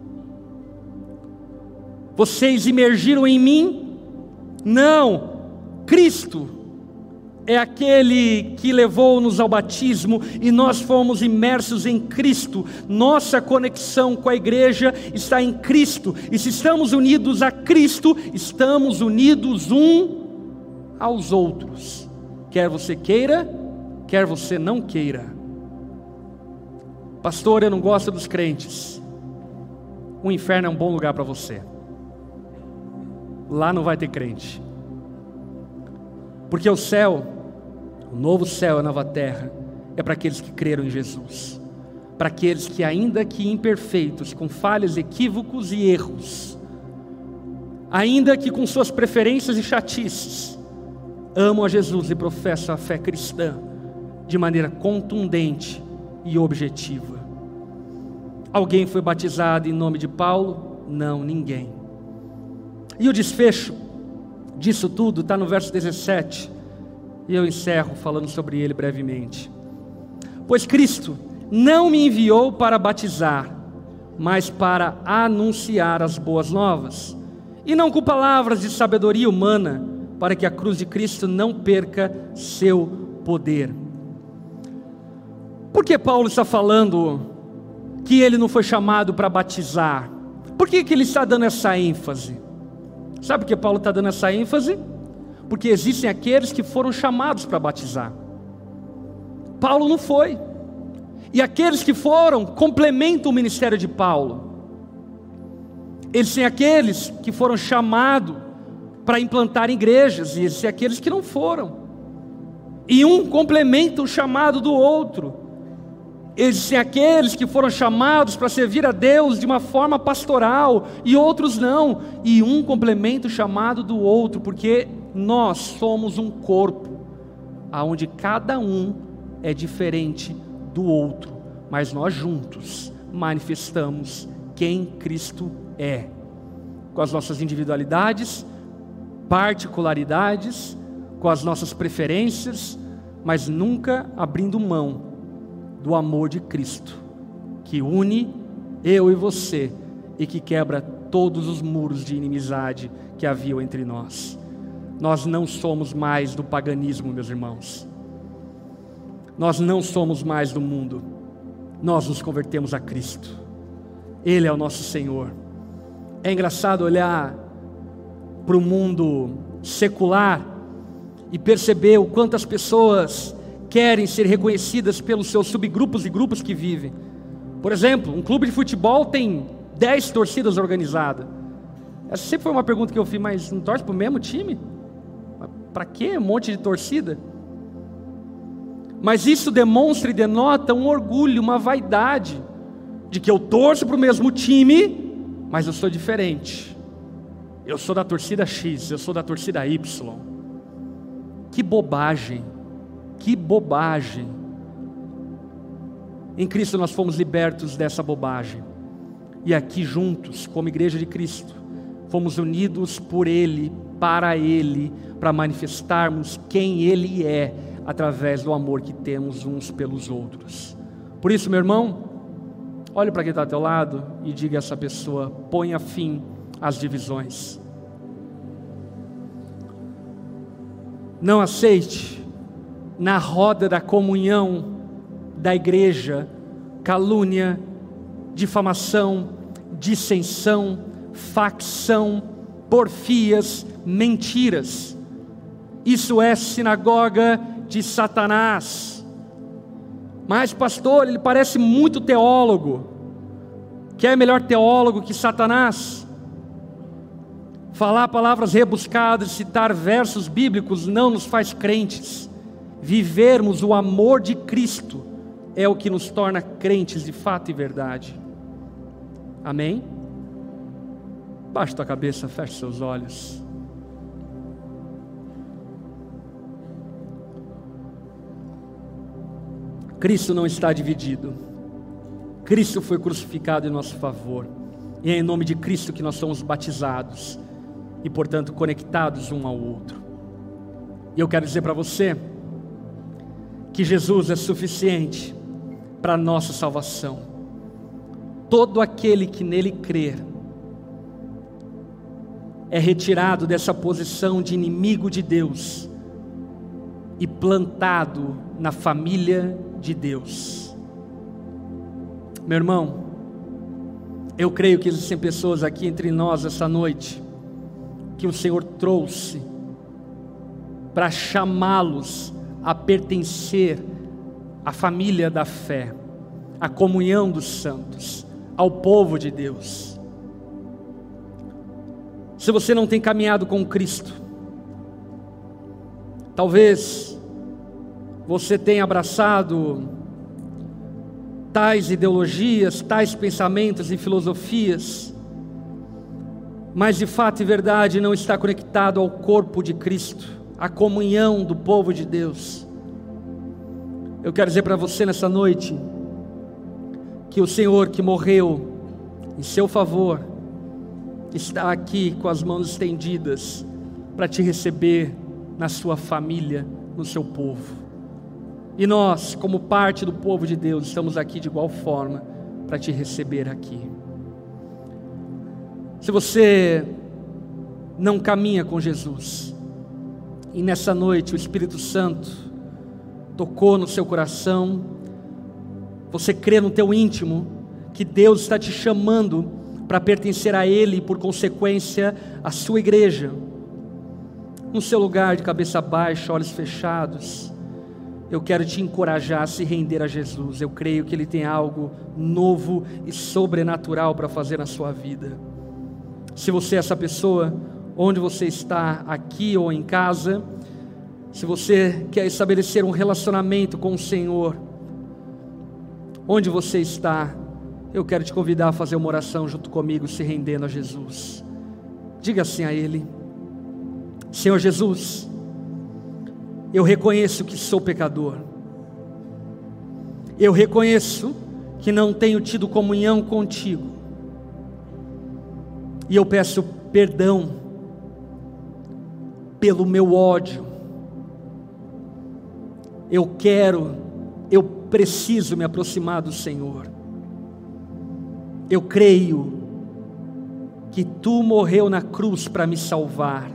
Vocês imergiram em mim? Não, Cristo é aquele que levou-nos ao batismo e nós fomos imersos em Cristo. Nossa conexão com a igreja está em Cristo, e se estamos unidos a Cristo, estamos unidos um aos outros, quer você queira, quer você não queira. Pastor, eu não gosto dos crentes. O inferno é um bom lugar para você. Lá não vai ter crente, porque o céu, o novo céu e a nova terra, é para aqueles que creram em Jesus, para aqueles que, ainda que imperfeitos, com falhas, equívocos e erros, ainda que com suas preferências e chatices, amam a Jesus e professam a fé cristã de maneira contundente e objetiva. Alguém foi batizado em nome de Paulo? Não, ninguém. E o desfecho disso tudo está no verso 17, e eu encerro falando sobre ele brevemente. Pois Cristo não me enviou para batizar, mas para anunciar as boas novas, e não com palavras de sabedoria humana, para que a cruz de Cristo não perca seu poder. Por que Paulo está falando que ele não foi chamado para batizar? Por que ele está dando essa ênfase? Sabe por que Paulo está dando essa ênfase? Porque existem aqueles que foram chamados para batizar. Paulo não foi. E aqueles que foram complementam o ministério de Paulo. Eles têm aqueles que foram chamados para implantar igrejas, e existem aqueles que não foram. E um complementa o chamado do outro. Existem aqueles que foram chamados para servir a Deus de uma forma pastoral, e outros não. E um complementa o chamado do outro, porque nós somos um corpo, onde cada um é diferente do outro, mas nós juntos manifestamos quem Cristo é, com as nossas individualidades, particularidades, com as nossas preferências, mas nunca abrindo mão do amor de Cristo, que une eu e você, e que quebra todos os muros de inimizade que haviam entre nós. Nós não somos mais do paganismo, meus irmãos. Nós não somos mais do mundo. Nós nos convertemos a Cristo. Ele é o nosso Senhor. É engraçado olhar para o mundo secular e perceber o quanto as pessoas querem ser reconhecidas pelos seus subgrupos e grupos que vivem. Por exemplo, um clube de futebol tem 10 torcidas organizadas. Essa sempre foi uma pergunta que eu fiz, mas não torce para o mesmo time? Para quê? Um monte de torcida? Mas isso demonstra e denota um orgulho, uma vaidade, de que eu torço para o mesmo time, mas eu sou diferente. Eu sou da torcida X, eu sou da torcida Y. Que bobagem, que bobagem. Em Cristo nós fomos libertos dessa bobagem. E aqui juntos, como igreja de Cristo, fomos unidos por Ele, para manifestarmos quem Ele é, através do amor que temos uns pelos outros. Por isso, meu irmão, olhe para quem está ao teu lado e diga a essa pessoa: ponha fim às divisões. Não aceite na roda da comunhão da igreja calúnia, difamação, dissensão, facção, porfias, mentiras. Isso é sinagoga de Satanás. Mas pastor, ele parece muito teólogo. Quem é melhor teólogo que Satanás? Falar palavras rebuscadas, citar versos bíblicos não nos faz crentes. Vivermos o amor de Cristo é o que nos torna crentes de fato e verdade. Amém? Baixe tua cabeça, feche seus olhos. Cristo não está dividido. Cristo foi crucificado em nosso favor. E é em nome de Cristo que nós somos batizados e, portanto, conectados um ao outro. E eu quero dizer para você que Jesus é suficiente para a nossa salvação. Todo aquele que nele crer é retirado dessa posição de inimigo de Deus e plantado na família de Deus. Meu irmão, eu creio que existem pessoas aqui entre nós essa noite que o Senhor trouxe para chamá-los a pertencer à família da fé, à comunhão dos santos, ao povo de Deus. Se você não tem caminhado com Cristo, talvez você tenha abraçado tais ideologias, tais pensamentos e filosofias, mas de fato e verdade não está conectado ao corpo de Cristo, à comunhão do povo de Deus. Eu quero dizer para você nessa noite que o Senhor que morreu em seu favor está aqui com as mãos estendidas para te receber na sua família, no seu povo. E nós, como parte do povo de Deus, estamos aqui de igual forma para te receber aqui. Se você não caminha com Jesus, e nessa noite o Espírito Santo tocou no seu coração, você crê no teu íntimo que Deus está te chamando para pertencer a Ele e por consequência à sua igreja, no seu lugar de cabeça baixa, olhos fechados, eu quero te encorajar a se render a Jesus. Eu creio que Ele tem algo novo e sobrenatural para fazer na sua vida. Se você é essa pessoa, onde você está, aqui ou em casa, se você quer estabelecer um relacionamento com o Senhor, onde você está, eu quero te convidar a fazer uma oração junto comigo, se rendendo a Jesus. Diga assim a Ele: Senhor Jesus, eu reconheço que sou pecador, eu reconheço que não tenho tido comunhão contigo, e eu peço perdão pelo meu ódio. Eu preciso me aproximar do Senhor. Eu creio que Tu morreu na cruz para me salvar,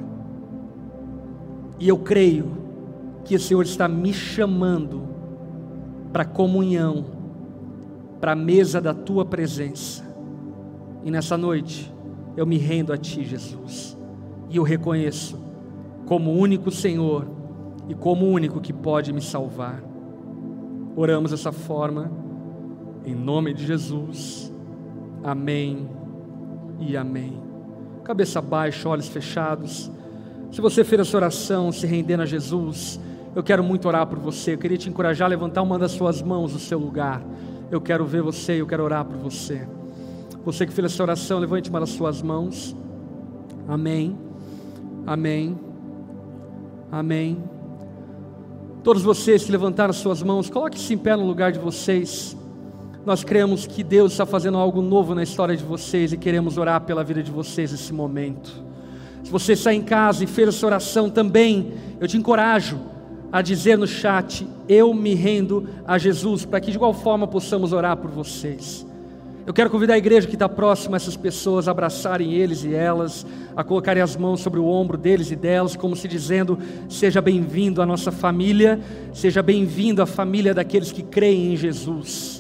e eu creio que o Senhor está me chamando para comunhão, para a mesa da Tua presença. E nessa noite eu me rendo a Ti, Jesus, e eu reconheço como o único Senhor e como o único que pode me salvar. Oramos dessa forma, em nome de Jesus. Amém e amém. Cabeça baixa, olhos fechados. Se você fez essa oração se rendendo a Jesus, eu quero muito orar por você. Eu queria te encorajar a levantar uma das suas mãos do seu lugar. Eu quero ver você, eu quero orar por você. Você que fez essa oração, levante uma das suas mãos. Amém, amém, amém. Todos vocês que levantaram as suas mãos, coloque-se em pé no lugar de vocês. Nós cremos que Deus está fazendo algo novo na história de vocês e queremos orar pela vida de vocês nesse momento. Se você está em casa e fez essa oração também, eu te encorajo a dizer no chat: eu me rendo a Jesus, para que de igual forma possamos orar por vocês. Eu quero convidar a igreja que está próxima a essas pessoas a abraçarem eles e elas, a colocarem as mãos sobre o ombro deles e delas, como se dizendo: seja bem-vindo à nossa família, seja bem-vindo à família daqueles que creem em Jesus.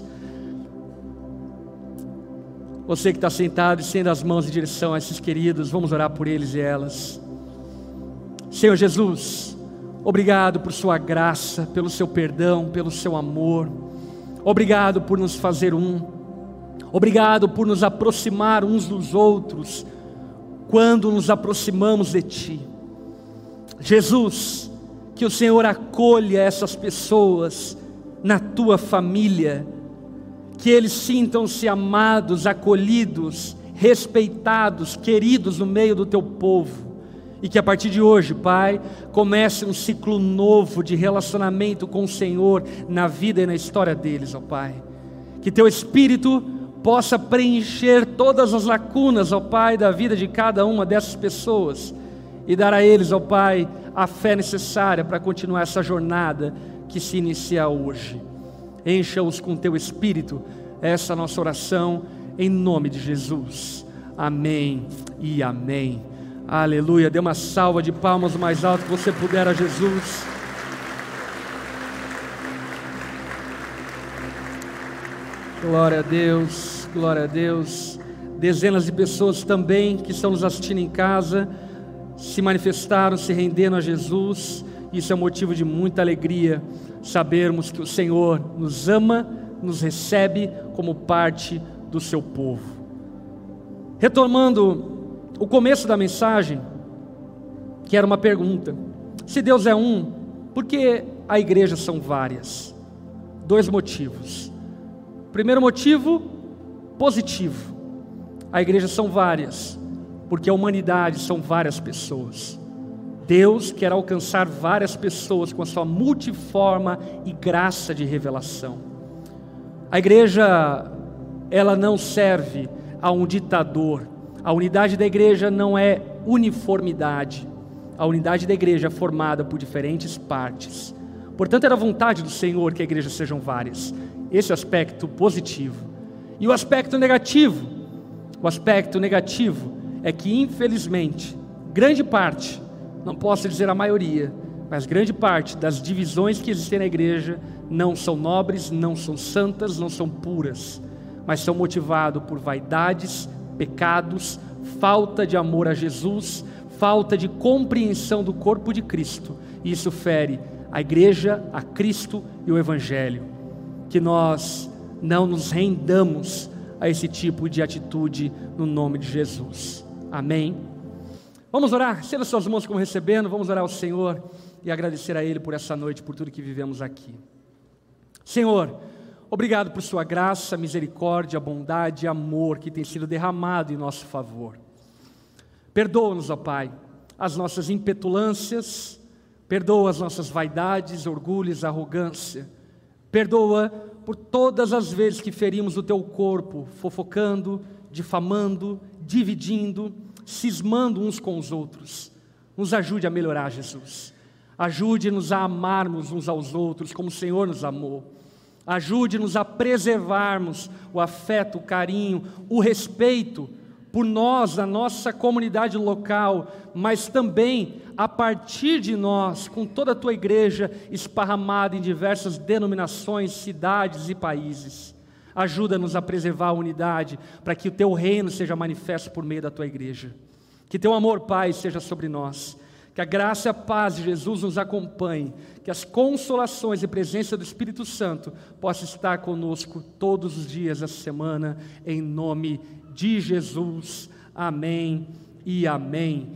Você que está sentado e estenda as mãos em direção a esses queridos, vamos orar por eles e elas. Senhor Jesus, obrigado por sua graça, pelo seu perdão, pelo seu amor. Obrigado por nos fazer um. Obrigado por nos aproximar uns dos outros, quando nos aproximamos de Ti. Jesus, que o Senhor acolha essas pessoas na Tua família, que eles sintam-se amados, acolhidos, respeitados, queridos no meio do Teu povo, e que a partir de hoje, Pai, comece um ciclo novo de relacionamento com o Senhor na vida e na história deles, ó Pai. Que Teu Espírito possa preencher todas as lacunas, ó Pai, da vida de cada uma dessas pessoas, e dar a eles, ó Pai, a fé necessária para continuar essa jornada que se inicia hoje. Encha-os com Teu Espírito. Essa é a nossa oração, em nome de Jesus. Amém e amém. Aleluia. Dê uma salva de palmas o mais alto que você puder a Jesus. Glória a Deus, glória a Deus. Dezenas de pessoas também que estão nos assistindo em casa se manifestaram, se rendendo a Jesus. Isso é motivo de muita alegria, sabermos que o Senhor nos ama, nos recebe como parte do seu povo. Retomando o começo da mensagem, que era uma pergunta: se Deus é um, por que a igreja são várias? Dois motivos. Primeiro motivo, positivo: a igreja são várias, porque a humanidade são várias pessoas. Deus quer alcançar várias pessoas com a sua multiforma e graça de revelação. A igreja, ela não serve a um ditador. A unidade da igreja não é uniformidade. A unidade da igreja é formada por diferentes partes. Portanto, era a vontade do Senhor que a igreja sejam várias. Esse é o aspecto positivo. E o aspecto negativo? O aspecto negativo é que, infelizmente, grande parte, não posso dizer a maioria, mas grande parte das divisões que existem na igreja não são nobres, não são santas, não são puras, mas são motivadas por vaidades, pecados, falta de amor a Jesus, falta de compreensão do corpo de Cristo. E isso fere a igreja, a Cristo e o Evangelho. Que nós não nos rendamos a esse tipo de atitude no nome de Jesus. Amém? Vamos orar, estenda suas mãos como recebendo, vamos orar ao Senhor e agradecer a Ele por essa noite, por tudo que vivemos aqui. Senhor, obrigado por sua graça, misericórdia, bondade e amor que tem sido derramado em nosso favor. Perdoa-nos, ó Pai, as nossas impetulâncias, perdoa as nossas vaidades, orgulhos, arrogância. Perdoa por todas as vezes que ferimos o Teu corpo, fofocando, difamando, dividindo, cismando uns com os outros. Nos ajude a melhorar, Jesus. Ajude-nos a amarmos uns aos outros como o Senhor nos amou. Ajude-nos a preservarmos o afeto, o carinho, o respeito por nós, a nossa comunidade local, mas também a partir de nós, com toda a Tua igreja esparramada em diversas denominações, cidades e países. Ajuda-nos a preservar a unidade, para que o Teu reino seja manifesto por meio da Tua igreja. Que Teu amor, Pai, seja sobre nós. Que a graça e a paz de Jesus nos acompanhe. Que as consolações e presença do Espírito Santo possa estar conosco todos os dias da semana, em nome de Jesus. Amém e amém.